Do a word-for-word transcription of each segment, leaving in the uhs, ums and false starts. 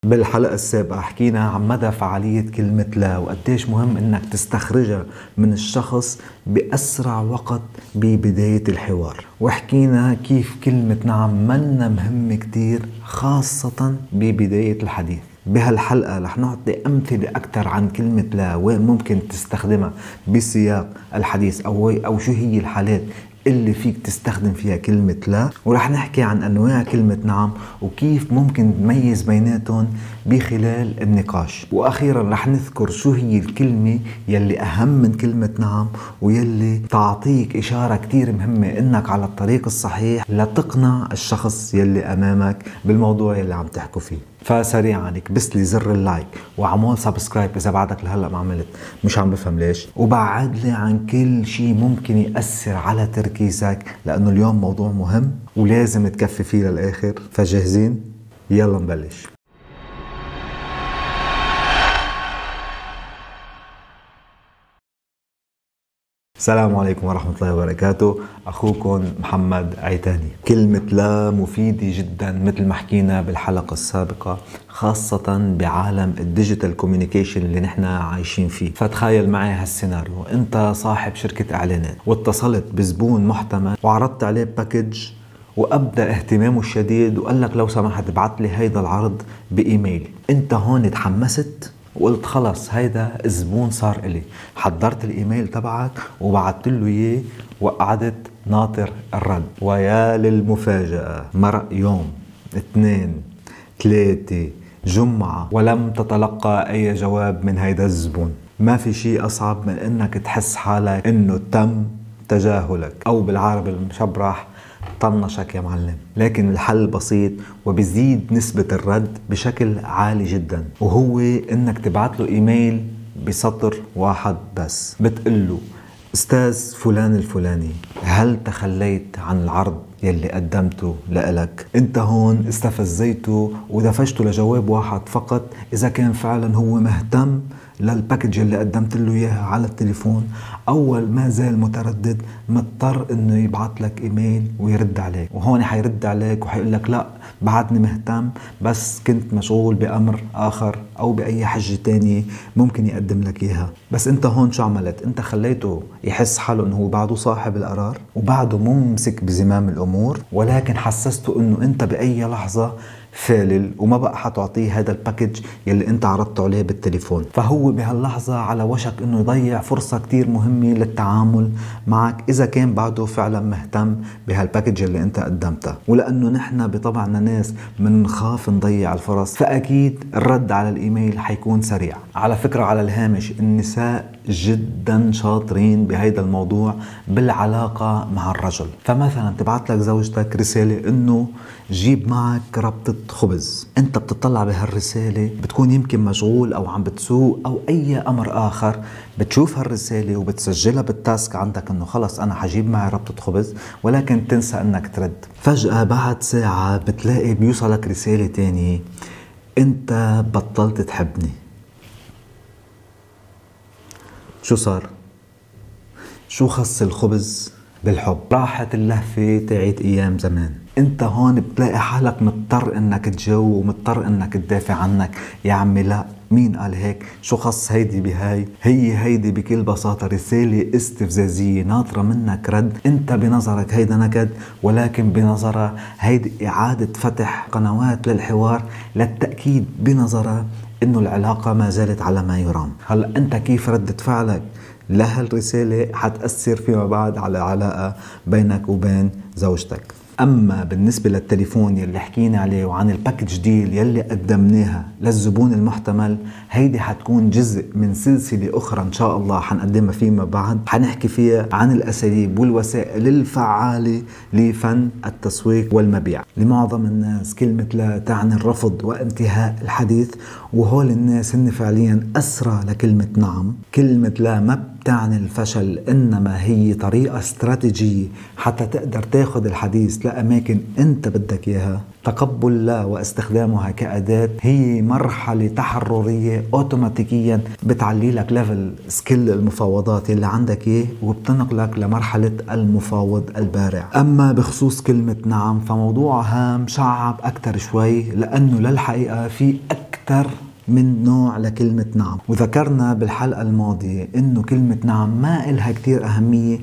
بالحلقة السابقة حكينا عن مدى فعالية كلمة لا وقديش مهم انك تستخرجها من الشخص بأسرع وقت ببداية الحوار، وحكينا كيف كلمة نعم منا مهمة كتير خاصة ببداية الحديث. بهالحلقة رح نعطي أمثلة أكثر عن كلمة لا، وين ممكن تستخدمها بسياق الحديث أو أو شو هي الحالات اللي فيك تستخدم فيها كلمة لا، ورح نحكي عن أنواع كلمة نعم وكيف ممكن تميز بيناتهم بخلال النقاش. وأخيرا رح نذكر شو هي الكلمة يلي أهم من كلمة نعم ويلي تعطيك إشارة كتير مهمة إنك على الطريق الصحيح لتقنع الشخص يلي أمامك بالموضوع يلي عم تحكوا فيه. فسريعا اكبس لي زر اللايك وعمول سبسكرايب اذا بعدك لهلا ما عملت، مش عم بفهم ليش، وبعد لي عن كل شيء ممكن يأثر على تركيزك، لانه اليوم موضوع مهم ولازم تكفي فيه للاخر. فجاهزين؟ يلا نبلش. السلام عليكم ورحمة الله وبركاته، أخوكم محمد عيتاني. كلمة لا مفيدة جدا مثل ما حكينا بالحلقة السابقة، خاصة بعالم الديجيتال كوميونيكيشن اللي نحن عايشين فيه. فتخيل معي هالسيناريو، أنت صاحب شركة إعلانات واتصلت بزبون محتمل وعرضت عليه باكج وأبدأ اهتمامه الشديد وقال لك لو سمحت ابعت لي هيدا العرض بإيميل. أنت هون تحمست وقلت خلص هيدا الزبون صار إلي، حضرت الإيميل تبعك وبعت له إياه وقعدت ناطر الرد. ويا للمفاجأة، مرق يوم اثنين ثلاثة جمعة ولم تتلقى أي جواب من هيدا الزبون. ما في شيء أصعب من إنك تحس حالك إنه تم تجاهلك، أو بالعربي المشبرح طنشك يا معلم. لكن الحل بسيط وبزيد نسبة الرد بشكل عالي جدا، وهو انك تبعت له ايميل بسطر واحد بس، بتقله استاذ فلان الفلاني، هل تخليت عن العرض يلي قدمته لإلك؟ انت هون استفزيته ودفشته لجواب واحد فقط اذا كان فعلا هو مهتم للباكج اللي قدمت له اياها على التليفون. اول ما زال متردد مضطر انه يبعث لك ايميل ويرد عليك، وهون حيرد عليك وحيقول لك لا بعدني مهتم بس كنت مشغول بامر اخر او باي حجة تانية ممكن يقدم لك اياها. بس انت هون شو عملت؟ انت خليته يحس حاله انه هو بعده صاحب القرار وبعده ممسك بزمام الامور، ولكن حسسته انه انت باي لحظة فالل وما بقى حتعطيه هذا الباكج يلي انت عرضته عليه بالتليفون. فهو بهاللحظة على وشك انه يضيع فرصة كتير مهمة للتعامل معك اذا كان بعده فعلا مهتم بهالباكج اللي انت قدمتها. ولانه نحن بطبعنا ناس منخاف نضيع الفرص، فاكيد الرد على الايميل حيكون سريع. على فكرة على الهامش، النساء جدا شاطرين بهيدا الموضوع بالعلاقة مع الرجل. فمثلا تبعت لك زوجتك رسالة انه جيب معك ربطة خبز، انت بتطلع بهالرسالة بتكون يمكن مشغول او عم بتسوق او اي امر اخر، بتشوف هالرسالة وبتسجلها بالتاسك عندك انه خلص انا حجيب معي ربطة خبز، ولكن تنسى انك ترد. فجأة بعد ساعة بتلاقي بيوصلك رسالة تانية، انت بطلت تحبني. شو صار؟ شو خص الخبز بالحب؟ راحت اللهفة تاعت ايام زمان. انت هون بتلاقي حالك مضطر انك تجاوب ومضطر انك تدافع عنك. يا عمي لا، مين قال هيك؟ شو خص هيدي بهاي؟ هي هيدي بكل بساطة رسالة استفزازية ناطرة منك رد. انت بنظرك هيدا نكد، ولكن بنظرها هيدي اعادة فتح قنوات للحوار للتأكيد بنظرها انه العلاقة ما زالت على ما يرام. هلا انت كيف ردة فعلك لهالرسالة حتأثر فيما بعد على العلاقة بينك وبين زوجتك. أما بالنسبة للتليفون يلي حكينا عليه وعن الباكج ديل يلي قدمناها للزبون المحتمل، هيدي حتكون جزء من سلسلة أخرى إن شاء الله حنقدمها فيما بعد، حنحكي فيها عن الأساليب والوسائل الفعالة لفن التسويق والمبيع. لمعظم الناس كلمة لا تعني الرفض وانتهاء الحديث، وهول الناس هن فعليا أسرى لكلمة نعم. كلمة لا ما بتعني الفشل، إنما هي طريقة استراتيجية حتى تقدر تاخد الحديث لأماكن أنت بدك إياها. تقبل لا واستخدامها كأداة هي مرحلة تحررية أوتوماتيكيا بتعلي لك ليفل سكيل المفاوضات اللي عندك إيه، وبتنقلك لمرحلة المفاوض البارع. أما بخصوص كلمة نعم فموضوع هام شعب أكتر شوي، لأنه للحقيقة في أكتر أكثر من نوع لكلمة نعم. وذكرنا بالحلقة الماضية إنه كلمة نعم ما إلها كتير أهمية،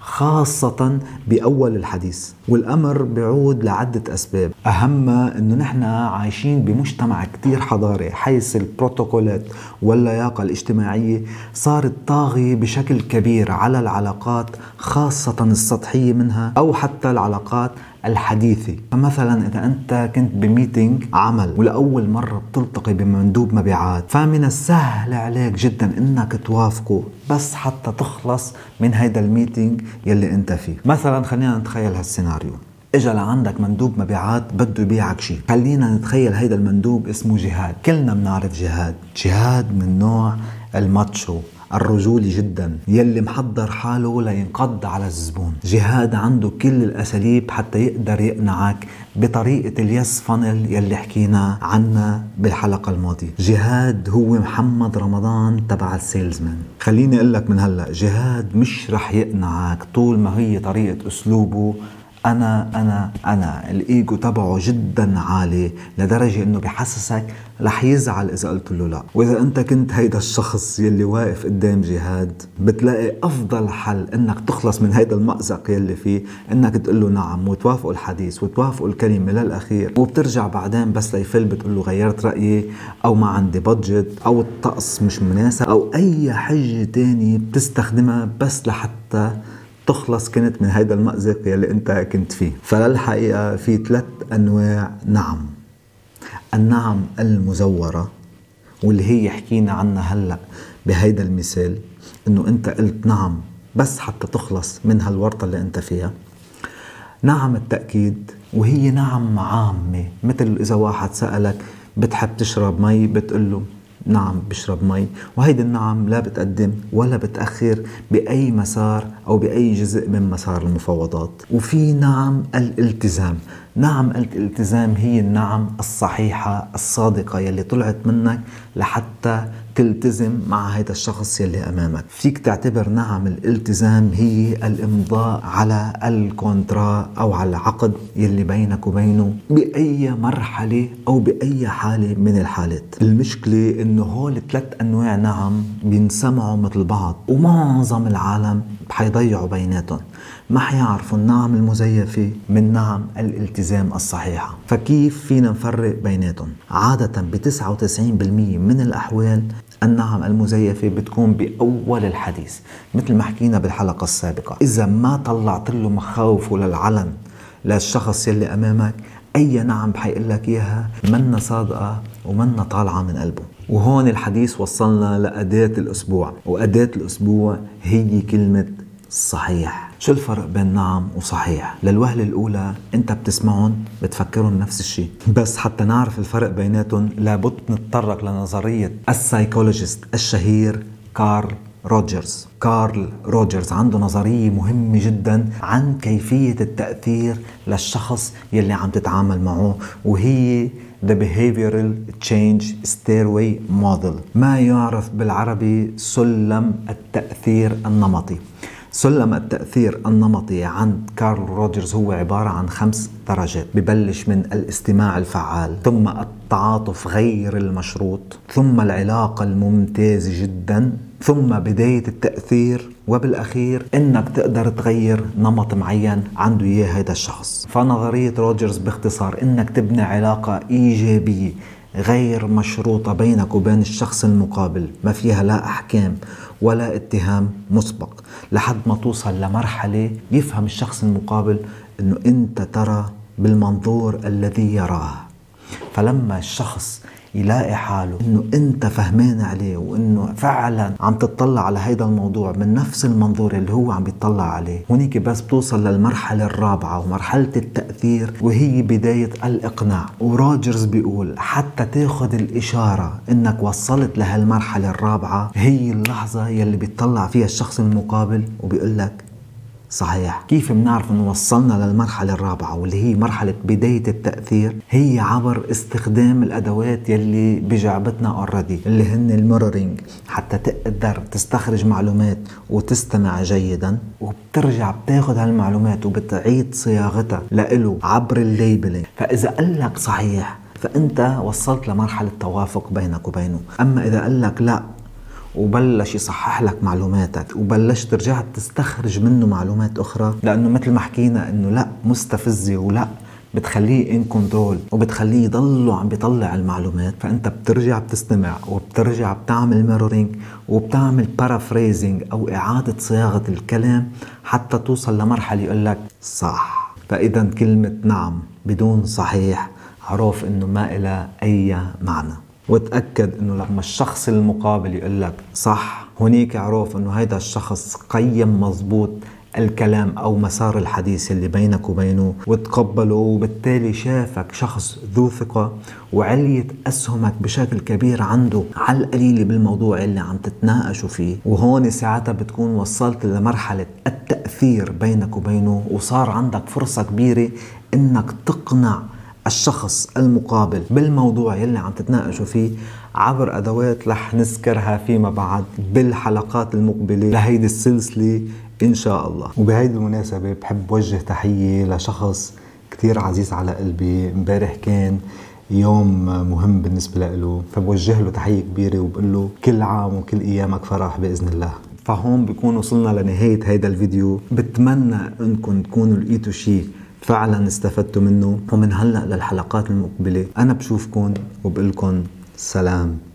خاصة بأول الحديث، والأمر بيعود لعدة أسباب. أهمها أنه نحن عايشين بمجتمع كتير حضاري، حيث البروتوكولات واللياقة الاجتماعية صارت طاغية بشكل كبير على العلاقات، خاصة السطحية منها أو حتى العلاقات الحديثة. فمثلا إذا أنت كنت بميتينج عمل ولأول مرة بتلتقي بمندوب مبيعات، فمن السهل عليك جدا إنك توافقه بس حتى تخلص من هيدا الميتينج يلي أنت فيه. مثلا خلينا نتخيل هالسيناريو، إجا لعندك مندوب مبيعات بده يبيعك شيء. خلينا نتخيل هيدا المندوب اسمه جهاد. كلنا بنعرف جهاد. جهاد من نوع الماتشو الرجولي جدا، يلي محضر حاله لينقض على الزبون. جهاد عنده كل الأساليب حتى يقدر يقنعك بطريقة اليس فانل يلي حكينا عنها بالحلقة الماضية. جهاد هو محمد رمضان تبع السيلزمان. خليني أقول لك من هلأ، جهاد مش رح يقنعك طول ما هي طريقة أسلوبه أنا أنا أنا الإيجو تبعه جدا عالي لدرجة إنه بحسسك رح يزعل إذا قلت له لا. وإذا أنت كنت هيدا الشخص يلي واقف قدام جهاد، بتلاقي أفضل حل إنك تخلص من هيدا المأزق يلي فيه إنك تقول له نعم وتوافقوا الحديث وتوافقوا الكلمة للأخير، وبترجع بعدين بس ليفل بتقول له غيرت رأيي أو ما عندي بادجت أو الطقس مش مناسب أو أي حجة تانية بتستخدمها بس لحتى تخلص كنت من هيدا المأزق يلي انت كنت فيه. فللحقيقة في ثلاث انواع نعم. النعم المزورة، واللي هي حكينا عنها هلأ بهيدا المثال، انه انت قلت نعم بس حتى تخلص من هالورطة اللي انت فيها. نعم التأكيد، وهي نعم عامة، مثل اذا واحد سألك بتحب تشرب مي بتقول له نعم بشرب مي، وهيدي النعم لا بتقدم ولا بتأخر بأي مسار أو بأي جزء من مسار المفاوضات. وفي نعم الالتزام. نعم الالتزام هي النعم الصحيحة الصادقة يلي طلعت منك لحتى تلتزم مع هذا الشخص يلي أمامك. فيك تعتبر نعم الالتزام هي الإمضاء على الكونترا أو على العقد يلي بينك وبينه بأي مرحلة أو بأي حالة من الحالات. المشكلة إنه هول ثلاث أنواع نعم بينسمعوا مثل بعض، ومعظم العالم حيضيعوا بيناتهم، ما حيعرفوا النعم المزيفة من نعم الالتزام الصحيحة. فكيف فينا نفرق بيناتهم؟ عادة ب تسعة وتسعين بالمئة من الأحوال النعم المزيفة بتكون بأول الحديث، مثل ما حكينا بالحلقة السابقة. إذا ما طلعت له مخاوفه للعلن للشخص يلي أمامك، أي نعم بحيقول لك إياها منا صادقة ومنا طالعة من قلبه. وهون الحديث وصلنا لأداة الأسبوع، وأداة الأسبوع هي كلمة صحيح. شو الفرق بين نعم وصحيح؟ للوهلة الأولى أنت بتسمعهم بتفكرهم نفس الشيء، بس حتى نعرف الفرق بيناتهم لابد نتطرق لنظرية السايكولوجيست الشهير كارل روجرز. كارل روجرز عنده نظرية مهمة جدا عن كيفية التأثير للشخص يلي عم تتعامل معه، وهي The Behavioral Change Stairway Model، ما يعرف بالعربي سلم التأثير النمطي. سلم التأثير النمطي عند كارل روجرز هو عبارة عن خمس درجات، ببلش من الاستماع الفعال، ثم التعاطف غير المشروط، ثم العلاقة الممتازة جدا، ثم بداية التأثير، وبالأخير إنك تقدر تغير نمط معين عنده إياه هذا الشخص. فنظرية روجرز باختصار إنك تبني علاقة إيجابية غير مشروطة بينك وبين الشخص المقابل، ما فيها لا أحكام ولا اتهام مسبق، لحد ما توصل لمرحلة يفهم الشخص المقابل إنه أنت ترى بالمنظور الذي يراه. فلما الشخص يلاقي حاله إنه أنت فهمان عليه وإنه فعلا عم تطلع على هيدا الموضوع من نفس المنظور اللي هو عم بيطلع عليه، هونيك بس بتوصل للمرحلة الرابعة ومرحلة التأثير، وهي بداية الإقناع. وروجرز بيقول حتى تاخد الإشارة إنك وصلت لهالمرحلة الرابعة، هي اللحظة يلي بيطلع فيها الشخص المقابل وبيقول لك صحيح. كيف بنعرف انه وصلنا للمرحلة الرابعة واللي هي مرحلة بداية التأثير؟ هي عبر استخدام الأدوات يلي بجعبتنا اوريدي، اللي هن الميرورينج، حتى تقدر تستخرج معلومات وتستمع جيدا، وبترجع بتاخد هالمعلومات وبتعيد صياغتها لإله عبر الليبلينج. فإذا قال لك صحيح، فأنت وصلت لمرحلة توافق بينك وبينه. أما إذا قال لك لا وبلش يصحح لك معلوماتك وبلشت رجعت تستخرج منه معلومات أخرى، لأنه مثل ما حكينا إنه لا مستفزة ولا بتخليه ان كنترول وبتخليه يضلوا عم بيطلع المعلومات، فانت بترجع بتستمع وبترجع بتعمل ميرورينج وبتعمل بارافريزنج او اعادة صياغة الكلام حتى توصل لمرحلة يقول لك صح. فاذا كلمة نعم بدون صحيح عرف انه ما إلها اي معنى. وتأكد انه لما الشخص المقابل يقول لك صح، هنيك عرف انه هيدا الشخص قيم مضبوط الكلام أو مسار الحديث اللي بينك وبينه وتقبله، وبالتالي شافك شخص ذو ثقة وعلية أسهمك بشكل كبير عنده على القليل بالموضوع اللي عم تتناقشوا فيه. وهون ساعتها بتكون وصلت لمرحلة التأثير بينك وبينه، وصار عندك فرصة كبيرة إنك تقنع الشخص المقابل بالموضوع يلي عم تتناقشوا فيه عبر أدوات رح نذكرها فيما بعد بالحلقات المقبلة لهيدي السلسلة إن شاء الله. وبهيدي المناسبة بحب وجه تحية لشخص كتير عزيز على قلبي. امبارح كان يوم مهم بالنسبة له، فبوجه له تحية كبيرة وبقول له كل عام وكل أيامك فرح بإذن الله. فهون بيكون وصلنا لنهاية هيدا الفيديو. بتمنى انكم تكونوا لقيتوا شيء فعلا استفدتوا منه، ومن هلأ للحلقات المقبلة أنا بشوفكن وبقلكن سلام.